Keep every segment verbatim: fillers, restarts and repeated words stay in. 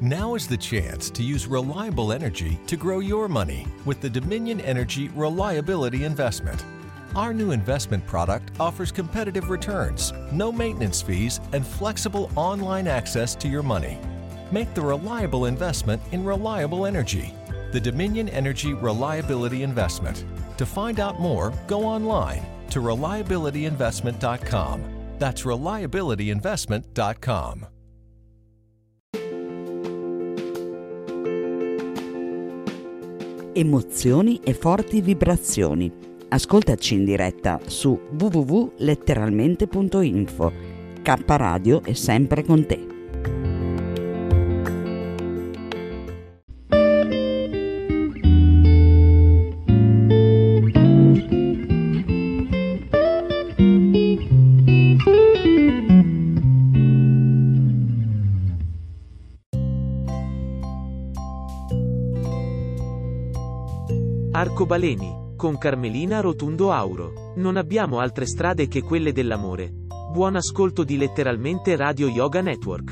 Now is the chance to use reliable energy to grow your money with the Dominion Energy Reliability Investment. Our new investment product offers competitive returns, no maintenance fees, and flexible online access to your money. Make the reliable investment in reliable energy. The Dominion Energy Reliability Investment. To find out more, go online to reliability investment dot com. That's reliability investment dot com. Emozioni e forti vibrazioni. Ascoltaci in diretta su w w w punto letteralmente punto info. K Radio è sempre con te. Arcobaleni, con Carmelina Rotundo Auro. Non abbiamo altre strade che quelle dell'amore. Buon ascolto di Letteralmente Radio Yoga Network.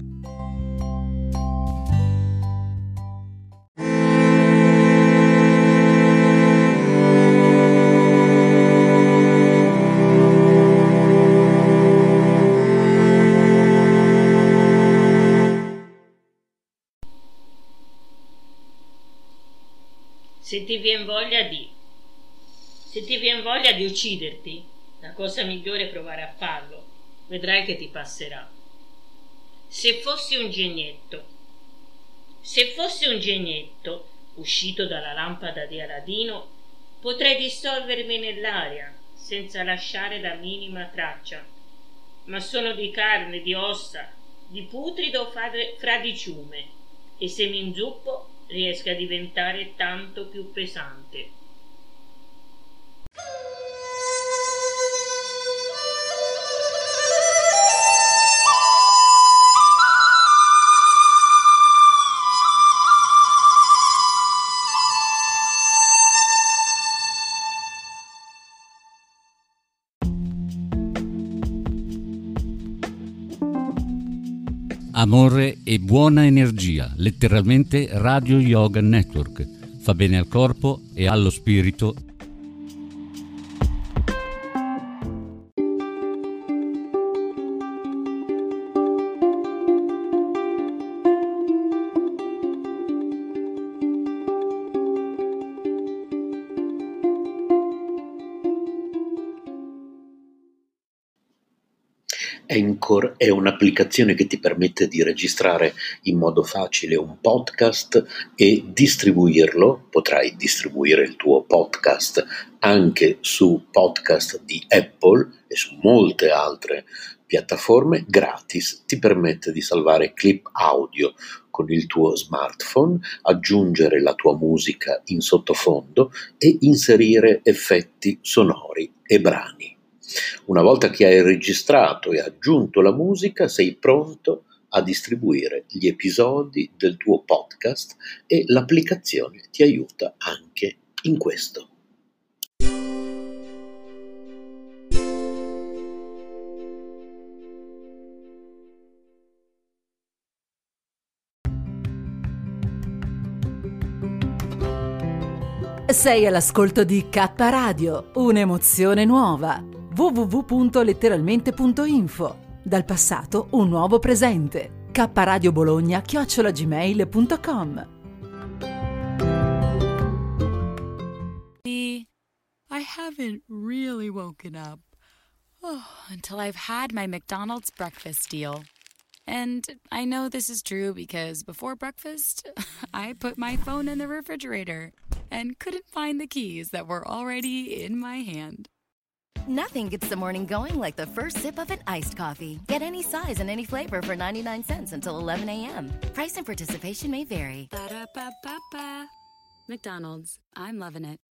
Se ti vien voglia di se ti vien voglia di ucciderti, la cosa migliore è provare a farlo. Vedrai che ti passerà. Se fossi un genietto, se fossi un genietto uscito dalla lampada di Aladino, potrei dissolvermi nell'aria senza lasciare la minima traccia. Ma sono di carne, di ossa, di putrido fradiciume, e se mi inzuppo riesco a diventare tanto più pesante. Amore e buona energia, letteralmente Radio Yoga Network. Fa bene al corpo e allo spirito. Anchor è un'applicazione che ti permette di registrare in modo facile un podcast e distribuirlo. Potrai distribuire il tuo podcast anche su podcast di Apple e su molte altre piattaforme gratis. Ti permette di salvare clip audio con il tuo smartphone, aggiungere la tua musica in sottofondo e inserire effetti sonori e brani. Una volta che hai registrato e aggiunto la musica, sei pronto a distribuire gli episodi del tuo podcast e l'applicazione ti aiuta anche in questo. Sei all'ascolto di K Radio, un'emozione nuova. w w w punto letteralmente punto info. Dal passato un nuovo presente. K Radio Bologna chiocciola gmail punto com. I haven't really woken up oh, until I've had my McDonald's breakfast deal. And I know this is true because before breakfast, I put my phone in the refrigerator and couldn't find the keys that were already in my hand. Nothing gets the morning going like the first sip of an iced coffee. Get any size and any flavor for ninety-nine cents until eleven a.m. Price and participation may vary. Ba-da-ba-ba-ba. McDonald's. I'm loving it.